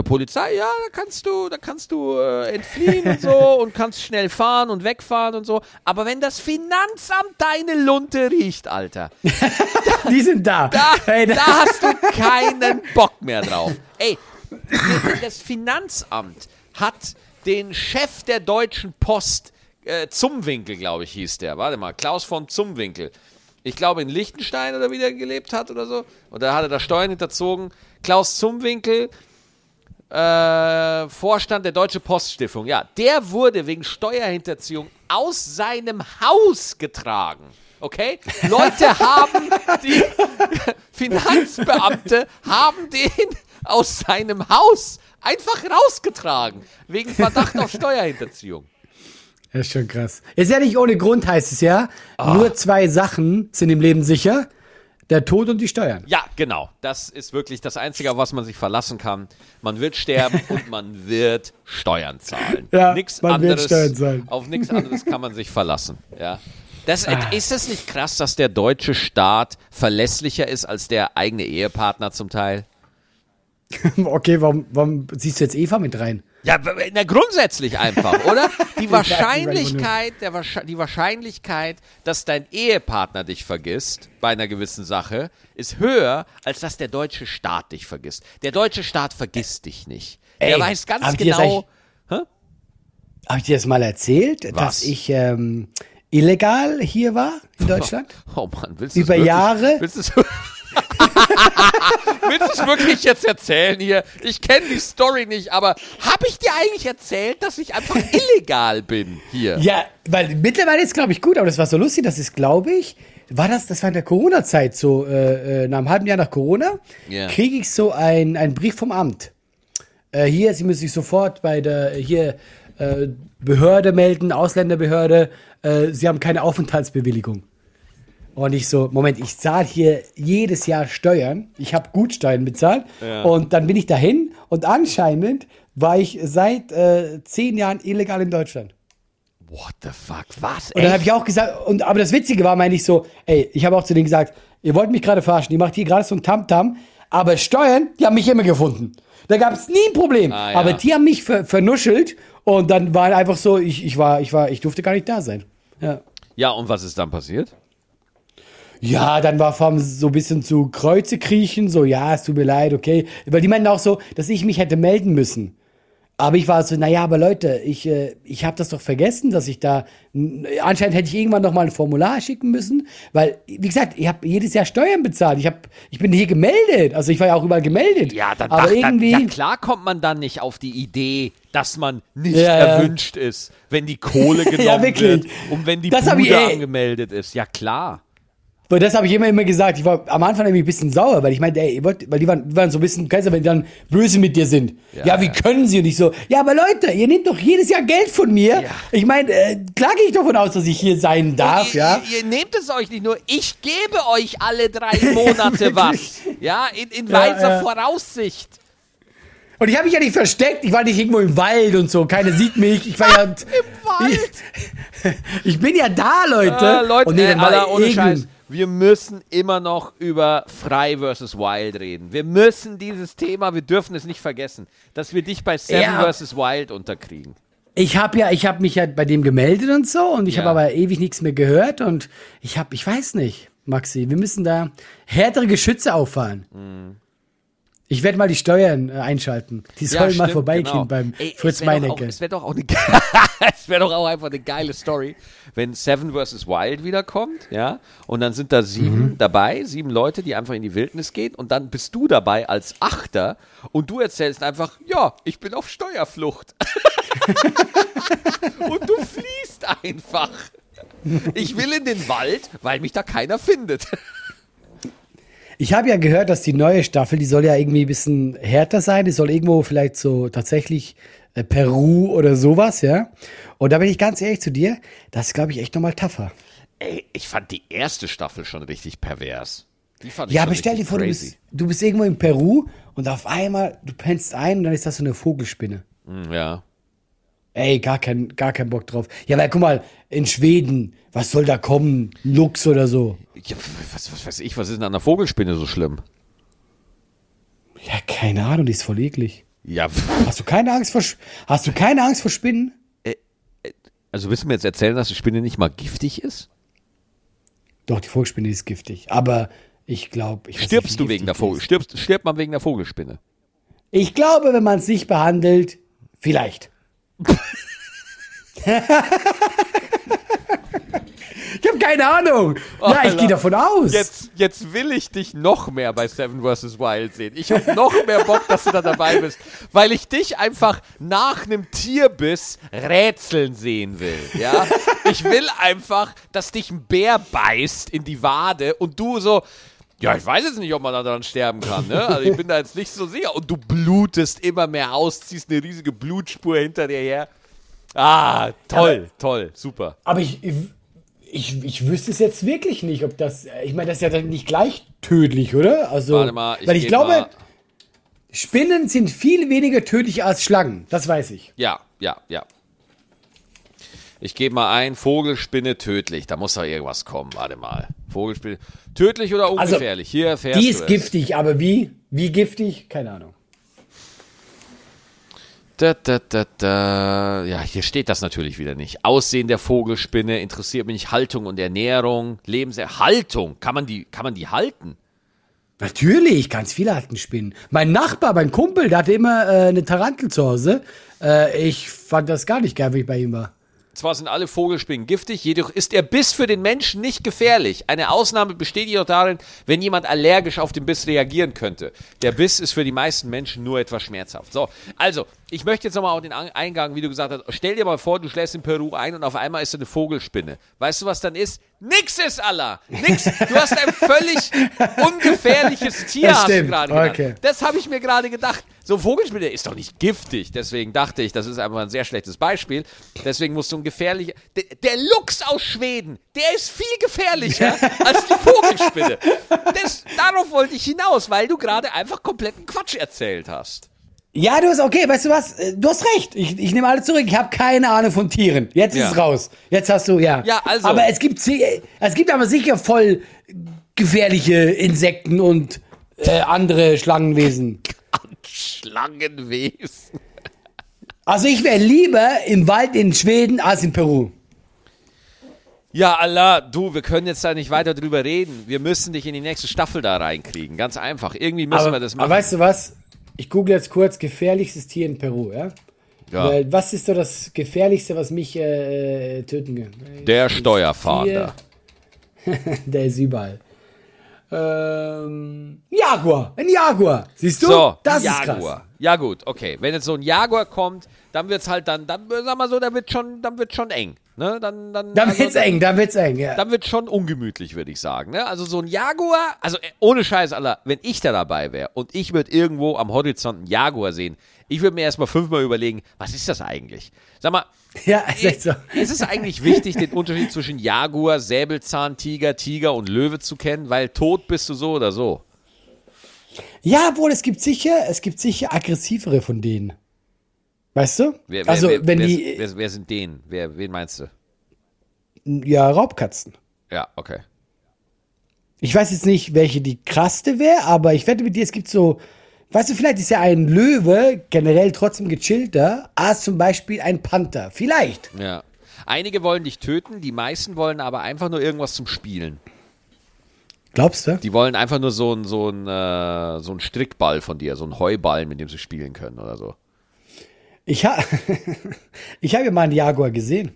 da kannst du entfliehen und so und kannst schnell fahren und wegfahren und so. Aber wenn das Finanzamt deine Lunte riecht, Alter. Die sind da. Da hast du keinen Bock mehr drauf. Ey, das Finanzamt hat den Chef der Deutschen Post, Zumwinkel, glaube ich, hieß der. Warte mal, Klaus von Zumwinkel. Ich glaube in Liechtenstein oder wie der gelebt hat oder so. Und da hat er da Steuern hinterzogen. Klaus Zumwinkel, Vorstand der Deutsche Poststiftung. Ja, der wurde wegen Steuerhinterziehung aus seinem Haus getragen. Okay? Leute haben Finanzbeamte haben den aus seinem Haus einfach rausgetragen. Wegen Verdacht auf Steuerhinterziehung. Das ist schon krass. Ist ja nicht ohne Grund, heißt es ja. Nur 2 Sachen sind im Leben sicher. Der Tod und die Steuern. Ja, genau. Das ist wirklich das Einzige, auf was man sich verlassen kann. Man wird sterben und man wird Steuern zahlen. Ja, wird Steuern zahlen. Auf nichts anderes kann man sich verlassen. Ja. Ist es nicht krass, dass der deutsche Staat verlässlicher ist als der eigene Ehepartner zum Teil? Okay, warum siehst du jetzt Eva mit rein? Ja, grundsätzlich einfach, oder? Die Wahrscheinlichkeit, dass dein Ehepartner dich vergisst bei einer gewissen Sache, ist höher, als dass der deutsche Staat dich vergisst. Der deutsche Staat vergisst dich nicht. Der weiß ganz genau. Habe ich dir das mal erzählt, dass ich illegal hier war in Deutschland? Oh Mann, willst du über Jahre? Willst du es wirklich jetzt erzählen hier? Ich kenne die Story nicht, aber habe ich dir eigentlich erzählt, dass ich einfach illegal bin hier? Ja, weil mittlerweile ist es, glaube ich, gut, aber das war so lustig, das ist, glaube ich, das war in der Corona-Zeit so, nach einem halben Jahr nach Corona, kriege ich so einen Brief vom Amt. Hier, Sie müssen sich sofort bei der, Behörde melden, Ausländerbehörde, Sie haben keine Aufenthaltsbewilligung. Und ich so, Moment, ich zahle hier jedes Jahr Steuern. Ich habe gut Steuern bezahlt. Ja. Und dann bin ich dahin und anscheinend war ich seit 10 Jahren illegal in Deutschland. What the fuck? Was? Und dann habe ich auch gesagt, aber das Witzige war, meine ich so, ich habe auch zu denen gesagt, ihr wollt mich gerade verarschen, ihr macht hier gerade so ein Tamtam, aber Steuern, die haben mich immer gefunden. Da gab es nie ein Problem. Ja. Aber die haben mich vernuschelt und dann war einfach so, ich durfte gar nicht da sein. Ja, und was ist dann passiert? Ja, dann war so ein bisschen zu Kreuze kriechen, so, ja, es tut mir leid, okay. Weil die meinten auch so, dass ich mich hätte melden müssen. Aber ich war so, naja, aber Leute, ich habe das doch vergessen, dass ich da, anscheinend hätte ich irgendwann noch mal ein Formular schicken müssen, weil, wie gesagt, ich habe jedes Jahr Steuern bezahlt, ich bin hier gemeldet, also ich war ja auch überall gemeldet. Ja, klar kommt man dann nicht auf die Idee, dass man nicht erwünscht ist, wenn die Kohle genommen wird und wenn die Bude angemeldet ist. Ja, klar. Aber das habe ich immer gesagt. Ich war am Anfang nämlich ein bisschen sauer, weil ich meinte, weil die waren so ein bisschen, kennst du, wenn die dann böse mit dir sind. Ja, wie können sie? Und ich so, ja, aber Leute, ihr nehmt doch jedes Jahr Geld von mir. Ja. Ich meine, klar gehe ich davon aus, dass ich hier sein darf, ihr nehmt es euch nicht nur, ich gebe euch alle 3 Monate was. Ja, in weiser Voraussicht. Und ich habe mich ja nicht versteckt, ich war nicht irgendwo im Wald und so, keiner sieht mich. Ich war ja im Wald. Ich bin ja da, Leute. Leute, und ohne Scheiß. Wir müssen immer noch über Frei vs. Wild reden. Wir müssen dieses Thema, wir dürfen es nicht vergessen, dass wir dich bei Seven vs. Wild unterkriegen. Ich habe mich ja bei dem gemeldet und so und ich habe aber ewig nichts mehr gehört und ich weiß nicht, Maxi, wir müssen da härtere Geschütze auffahren. Mhm. Ich werde mal die Steuern einschalten. Die sollen mal vorbeigehen beim Fritz Meinecke. Es wäre doch auch einfach eine geile Story, wenn Seven vs. Wild wiederkommt, ja, und dann sind da 7 Leute, die einfach in die Wildnis gehen und dann bist du dabei als Achter und du erzählst einfach, ja, ich bin auf Steuerflucht. Und du fliehst einfach. Ich will in den Wald, weil mich da keiner findet. Ich habe ja gehört, dass die neue Staffel, die soll ja irgendwie ein bisschen härter sein. Die soll irgendwo vielleicht so tatsächlich Peru oder sowas, ja. Und da bin ich ganz ehrlich zu dir, das ist, glaube ich, echt nochmal tougher. Ey, ich fand die erste Staffel schon richtig pervers. Die fand ich aber stell dir vor, du bist irgendwo in Peru und auf einmal, du pennst ein und dann ist das so eine Vogelspinne. Ja. Ey, gar kein Bock drauf. Ja, weil guck mal, in Schweden, was soll da kommen? Luchs oder so. Ja, was weiß ich, was ist denn an der Vogelspinne so schlimm? Ja, keine Ahnung, die ist voll eklig. Ja. Hast du keine Angst vor Spinnen? Also willst du mir jetzt erzählen, dass die Spinne nicht mal giftig ist? Doch, die Vogelspinne ist giftig. Aber ich glaube... Stirbst du wegen der Vogel? Stirbt man wegen der Vogelspinne? Ich glaube, wenn man es nicht behandelt, vielleicht. Ich habe keine Ahnung. Ja, ich gehe davon aus. Jetzt will ich dich noch mehr bei Seven vs. Wild sehen. Ich habe noch mehr Bock, dass du da dabei bist, weil ich dich einfach nach einem Tierbiss rätseln sehen will. Ja? Ich will einfach, dass dich ein Bär beißt in die Wade und du so... Ja, ich weiß jetzt nicht, ob man da dran sterben kann, ne? Also ich bin da jetzt nicht so sicher. Und du blutest immer mehr aus, ziehst eine riesige Blutspur hinter dir her. Ah, toll, toll, super. Aber ich wüsste es jetzt wirklich nicht, ob das, ich meine, das ist ja dann nicht gleich tödlich, oder? Also, warte mal, weil ich glaube, Spinnen sind viel weniger tödlich als Schlangen, das weiß ich. Ja. Ich gebe mal ein, Vogelspinne tödlich. Da muss doch irgendwas kommen. Warte mal. Vogelspinne. Tödlich oder ungefährlich? Also, hier erfährst die ist giftig, aber wie? Wie giftig? Keine Ahnung. Ja, hier steht das natürlich wieder nicht. Aussehen der Vogelspinne interessiert mich nicht. Haltung und Ernährung. Haltung. Kann man die halten? Natürlich, ganz viele hatten Spinnen. Mein Nachbar, mein Kumpel, der hatte immer eine Tarantel zu Hause. Ich fand das gar nicht geil, wie ich bei ihm war. Zwar sind alle Vogelspinnen giftig, jedoch ist der Biss für den Menschen nicht gefährlich. Eine Ausnahme besteht jedoch darin, wenn jemand allergisch auf den Biss reagieren könnte. Der Biss ist für die meisten Menschen nur etwas schmerzhaft. So, also, ich möchte jetzt nochmal auf den Eingang, wie du gesagt hast, stell dir mal vor, du schläfst in Peru ein und auf einmal ist da eine Vogelspinne. Weißt du, was dann ist? Nix ist, Allah! Nix! Du hast ein völlig ungefährliches Tier, hast du gerade genannt. Okay. Das habe ich mir gerade gedacht. So, Vogelspinne ist doch nicht giftig. Deswegen dachte ich, das ist einfach ein sehr schlechtes Beispiel. Deswegen musst du ein gefährlicher... Der Luchs aus Schweden, der ist viel gefährlicher als die Vogelspinne. Darauf wollte ich hinaus, weil du gerade einfach kompletten Quatsch erzählt hast. Ja, du hast okay, weißt du was? Du hast recht. Ich nehme alles zurück. Ich habe keine Ahnung von Tieren. Jetzt ist es raus. Jetzt hast du, ja. Ja, also. Aber es gibt aber sicher voll gefährliche Insekten und andere Schlangenwesen. Schlangenwesen. Also ich wäre lieber im Wald in Schweden als in Peru. Ja, Allah, du, wir können jetzt da nicht weiter drüber reden. Wir müssen dich in die nächste Staffel da reinkriegen. Ganz einfach. Irgendwie müssen wir das machen. Aber weißt du was? Ich google jetzt kurz gefährlichstes Tier in Peru, ja? Weil, was ist so das Gefährlichste, was mich töten kann? Der Steuerfahnder. Der ist überall. Jaguar. Ein Jaguar. Siehst du? So, das Jaguar. Ist krass. Ja gut, okay. Wenn jetzt so ein Jaguar kommt, dann wird's halt dann sag mal so, dann wird schon eng. Ne? Dann also, wird's eng, ja. Dann wird's schon ungemütlich, würde ich sagen. Ne? Also so ein Jaguar, also ohne Scheiß, Alter, wenn ich da dabei wäre und ich würde irgendwo am Horizont einen Jaguar sehen, ich würde mir erstmal 5-mal überlegen, was ist das eigentlich? Sag mal, ja, ist echt so. Ist es eigentlich wichtig, den Unterschied zwischen Jaguar, Säbelzahntiger, Tiger und Löwe zu kennen? Weil tot bist du so oder so. Ja, wohl, es gibt sicher aggressivere von denen. Weißt du? Wer sind denen? Wen meinst du? Ja, Raubkatzen. Ja, okay. Ich weiß jetzt nicht, welche die krasste wäre, aber ich wette mit dir, es gibt so, weißt du, vielleicht ist ja ein Löwe generell trotzdem gechillter als zum Beispiel ein Panther. Vielleicht. Ja. Einige wollen dich töten, die meisten wollen aber einfach nur irgendwas zum Spielen. Glaubst du? Die wollen einfach nur so einen Strickball von dir, so einen Heuball, mit dem sie spielen können oder so. Ich habe ja mal einen Jaguar gesehen.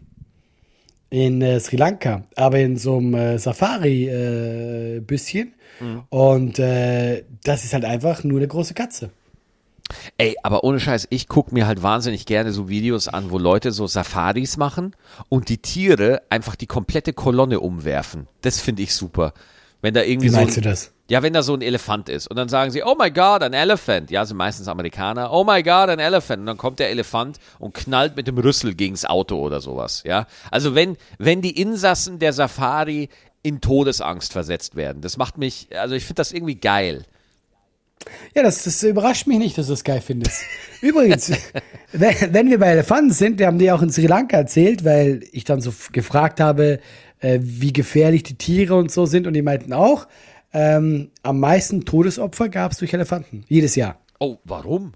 In Sri Lanka. Aber in so einem Safari-Büsschen. Und das ist halt einfach nur eine große Katze. Ey, aber ohne Scheiß, ich gucke mir halt wahnsinnig gerne so Videos an, wo Leute so Safaris machen und die Tiere einfach die komplette Kolonne umwerfen. Das finde ich super. Wenn da irgendwie Wie meinst du das? Ja, wenn da so ein Elefant ist und dann sagen sie, oh my God, an elephant. Ja, sind meistens Amerikaner. Oh my God, an elephant. Und dann kommt der Elefant und knallt mit dem Rüssel gegens Auto oder sowas. Ja, also wenn die Insassen der Safari in Todesangst versetzt werden, das macht mich, also ich finde das irgendwie geil. Ja, das überrascht mich nicht, dass du das geil findest. Übrigens, wenn wir bei Elefanten sind, wir haben die auch in Sri Lanka erzählt, weil ich dann so gefragt habe, wie gefährlich die Tiere und so sind und die meinten auch, am meisten Todesopfer gab es durch Elefanten. Jedes Jahr. Oh, warum?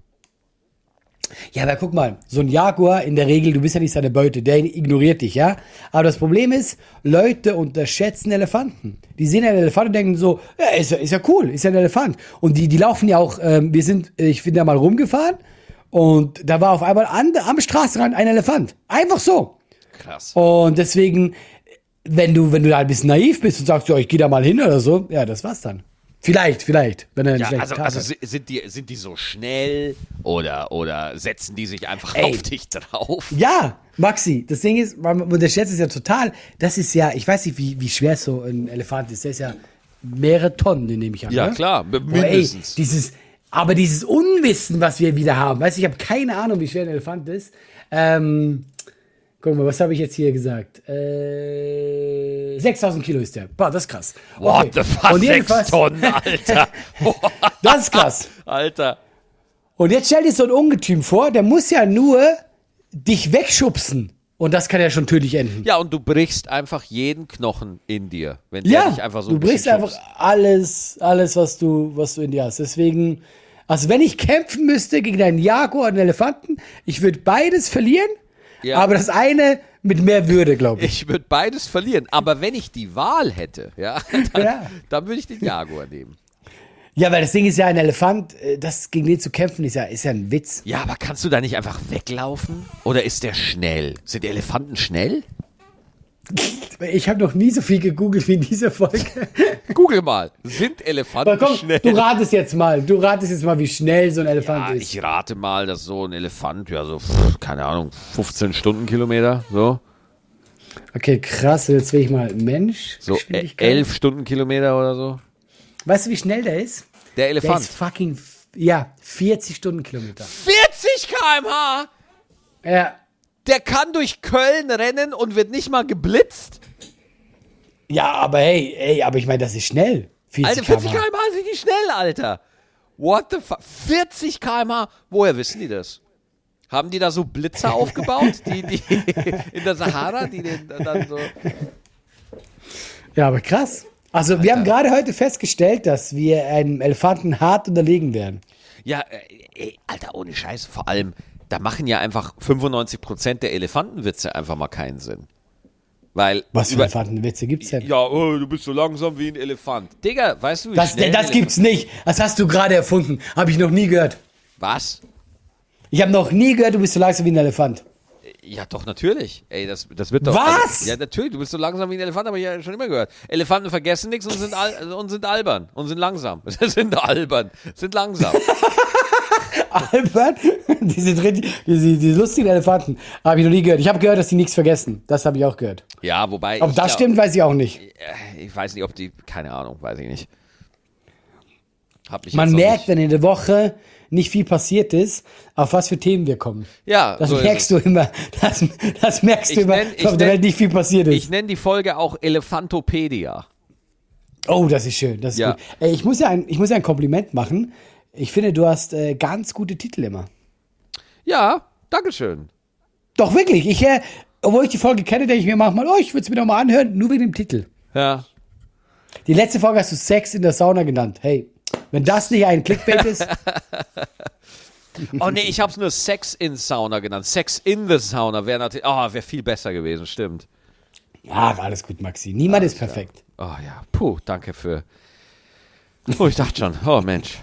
Ja, aber guck mal, so ein Jaguar in der Regel, du bist ja nicht seine Beute, der ignoriert dich, ja? Aber das Problem ist, Leute unterschätzen Elefanten. Die sehen einen Elefant und denken so, ja, ist ja cool, ist ja ein Elefant. Und die laufen ja auch, ich bin da mal rumgefahren und da war auf einmal am Straßenrand ein Elefant. Einfach so. Krass. Und deswegen, wenn du da ein bisschen naiv bist und sagst, ja, ich gehe da mal hin oder so, ja, das war's dann. Vielleicht, wenn er einen schlechten Tag hat. Sind die so schnell oder setzen die sich einfach auf dich drauf? Ja, Maxi, das Ding ist, man unterschätzt es ja total. Das ist ja, ich weiß nicht, wie schwer so ein Elefant ist. Der ist ja mehrere Tonnen, den nehme ich an. Ja, ne? klar, mindestens. Aber dieses Unwissen, was wir wieder haben, weißt du, ich habe keine Ahnung, wie schwer ein Elefant ist. Guck mal, was habe ich jetzt hier gesagt? 6.000 Kilo ist der. Boah, das ist krass. Okay. What the fuck, 6 Tonnen, Alter. Das ist krass. Alter. Und jetzt stell dir so ein Ungetüm vor, der muss ja nur dich wegschubsen. Und das kann ja schon tödlich enden. Ja, und du brichst einfach jeden Knochen in dir, wenn der dich einfach so du brichst einfach alles, was du in dir hast. Deswegen, also wenn ich kämpfen müsste gegen einen Jaguar und einen Elefanten, ich würde beides verlieren. Ja. Aber das eine mit mehr Würde, glaube ich. Ich würde beides verlieren. Aber wenn ich die Wahl hätte, dann würde ich den Jaguar nehmen. Ja, weil das Ding ist ja, ein Elefant, das gegen den zu kämpfen, ist ja ein Witz. Ja, aber kannst du da nicht einfach weglaufen? Oder ist der schnell? Sind Elefanten schnell? Ich habe noch nie so viel gegoogelt wie in dieser Folge. Google mal. Sind Elefanten schnell? Du ratest jetzt mal, wie schnell so ein Elefant ist. Ich rate mal, dass so ein Elefant, keine Ahnung, 15 Stundenkilometer, so. Okay, krass, jetzt will ich mal Mensch. So 11 Stundenkilometer oder so. Weißt du, wie schnell der ist? Der Elefant. Der ist 40 Stundenkilometer. 40 km/h? Ja. Der kann durch Köln rennen und wird nicht mal geblitzt? Ja, aber aber ich meine, das ist schnell. 40 km/h sind die schnell, Alter. What the fuck? 40 km/h? Woher wissen die das? Haben die da so Blitzer aufgebaut, die in der Sahara, die den dann so... Ja, aber krass. Also wir haben gerade heute festgestellt, dass wir einem Elefanten hart unterlegen werden. Ja, Alter, ohne Scheiß. Vor allem, da machen ja einfach 95% der Elefantenwitze einfach mal keinen Sinn. Weil was für Elefantenwitze gibt's denn? Ja, du bist so langsam wie ein Elefant. Digga, weißt du, wie schnell das gibt's nicht. Das hast du gerade erfunden. Habe ich noch nie gehört. Was? Ich habe noch nie gehört, du bist so langsam wie ein Elefant. Ja, doch, natürlich. Ey, das wird doch... Was? Also, ja, natürlich, du bist so langsam wie ein Elefant, habe ich ja schon immer gehört. Elefanten vergessen nichts und sind albern und sind langsam. Sind albern, sind langsam. Albert, diese lustigen Elefanten, habe ich noch nie gehört. Ich habe gehört, dass die nichts vergessen. Das habe ich auch gehört. Ja, wobei. Ob das stimmt, weiß ich auch nicht. Ich weiß nicht, ob die, keine Ahnung, weiß ich nicht. Man merkt, wenn in der Woche nicht viel passiert ist, auf was für Themen wir kommen. Ja, das so merkst du immer. Das merkst du immer, auf der Welt nicht viel passiert ist. Ich nenne die Folge auch Elefantopedia. Oh, das ist schön. Das ist gut. Ich muss ja ein Kompliment machen. Ich finde, du hast ganz gute Titel immer. Ja, dankeschön. Doch, wirklich. Obwohl ich die Folge kenne, denke ich mir manchmal, ich würde es mir noch mal anhören, nur wegen dem Titel. Ja. Die letzte Folge hast du Sex in der Sauna genannt. Hey, wenn das nicht ein Clickbait ist. Oh nee, ich habe es nur Sex in Sauna genannt. Sex in the Sauna wäre natürlich, wäre viel besser gewesen, stimmt. Ja, alles gut, Maxi. Niemand ist perfekt. Oh ja, danke für. Oh, ich dachte schon, oh Mensch.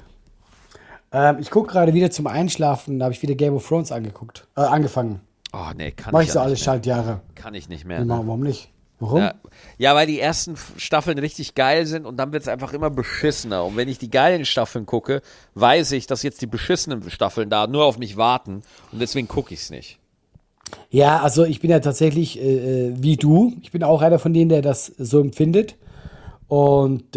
Ich gucke gerade wieder zum Einschlafen, da habe ich wieder Game of Thrones angefangen. Oh nee, kann Mach ich ich so ja alle nicht Schaltjahre. Kann ich nicht mehr. Ne? Warum nicht? Warum? Ja, weil die ersten Staffeln richtig geil sind und dann wird es einfach immer beschissener. Und wenn ich die geilen Staffeln gucke, weiß ich, dass jetzt die beschissenen Staffeln da nur auf mich warten und deswegen gucke ich es nicht. Ja, also ich bin ja tatsächlich wie du. Ich bin auch einer von denen, der das so empfindet. Und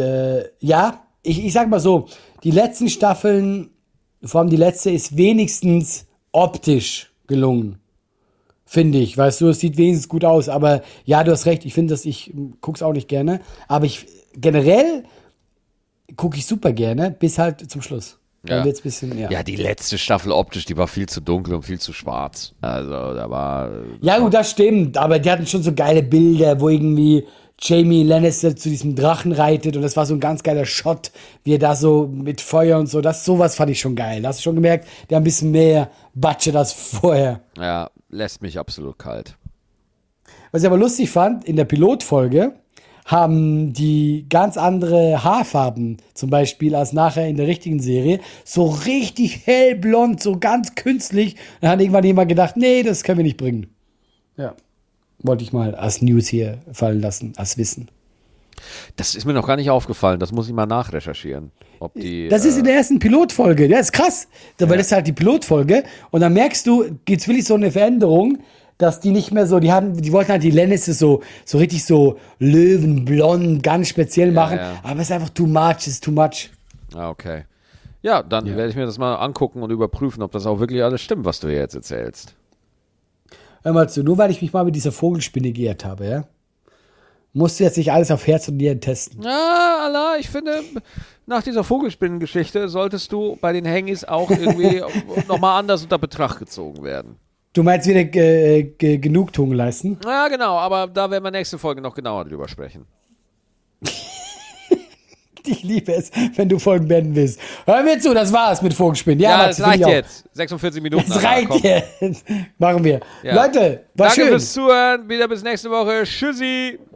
ich sag mal so, die letzten Staffeln, vor allem die letzte, ist wenigstens optisch gelungen. Finde ich, weißt du, es sieht wenigstens gut aus. Aber ja, du hast recht, ich guck's auch nicht gerne. Aber generell gucke ich super gerne, bis halt zum Schluss. Dann wird's bisschen, ja, die letzte Staffel optisch, die war viel zu dunkel und viel zu schwarz. Also, da war. Ja, gut, das stimmt. Aber die hatten schon so geile Bilder, wo irgendwie Jamie Lannister zu diesem Drachen reitet und das war so ein ganz geiler Shot, wie er da so mit Feuer und so. Sowas fand ich schon geil. Da hast du schon gemerkt, der hat ein bisschen mehr Budget als vorher. Ja, lässt mich absolut kalt. Was ich aber lustig fand, in der Pilotfolge haben die ganz andere Haarfarben, zum Beispiel, als nachher in der richtigen Serie. So richtig hellblond, so ganz künstlich. Dann hat irgendwann jemand gedacht, nee, das können wir nicht bringen. Ja. Wollte ich mal als News hier fallen lassen, als Wissen. Das ist mir noch gar nicht aufgefallen. Das muss ich mal nachrecherchieren. Das ist in der ersten Pilotfolge. Ja, ist krass. Weil das ist halt die Pilotfolge. Und dann merkst du, gibt's wirklich so eine Veränderung, dass die nicht mehr so, die wollten halt die Lannister so richtig so löwenblond, ganz speziell machen. Ja. Aber es ist einfach too much, ist too much. Ah, okay. Ja, dann werde ich mir das mal angucken und überprüfen, ob das auch wirklich alles stimmt, was du hier jetzt erzählst. Hör mal zu, nur weil ich mich mal mit dieser Vogelspinne geehrt habe, ja? Musst du jetzt nicht alles auf Herz und Nieren testen. Ja, Allah, ich finde, nach dieser Vogelspinnengeschichte solltest du bei den Hengis auch irgendwie nochmal anders unter Betracht gezogen werden. Du meinst wieder Genugtuung leisten? Ja, genau, aber da werden wir nächste Folge noch genauer drüber sprechen. Ich liebe es, wenn du Folgen beenden willst. Hör mir zu, das war's mit Vogelspinnen. Ja, das reicht jetzt. 46 Minuten. Das reicht jetzt. Machen wir. Ja. Leute, war schön. Danke fürs Zuhören. Wieder bis nächste Woche. Tschüssi.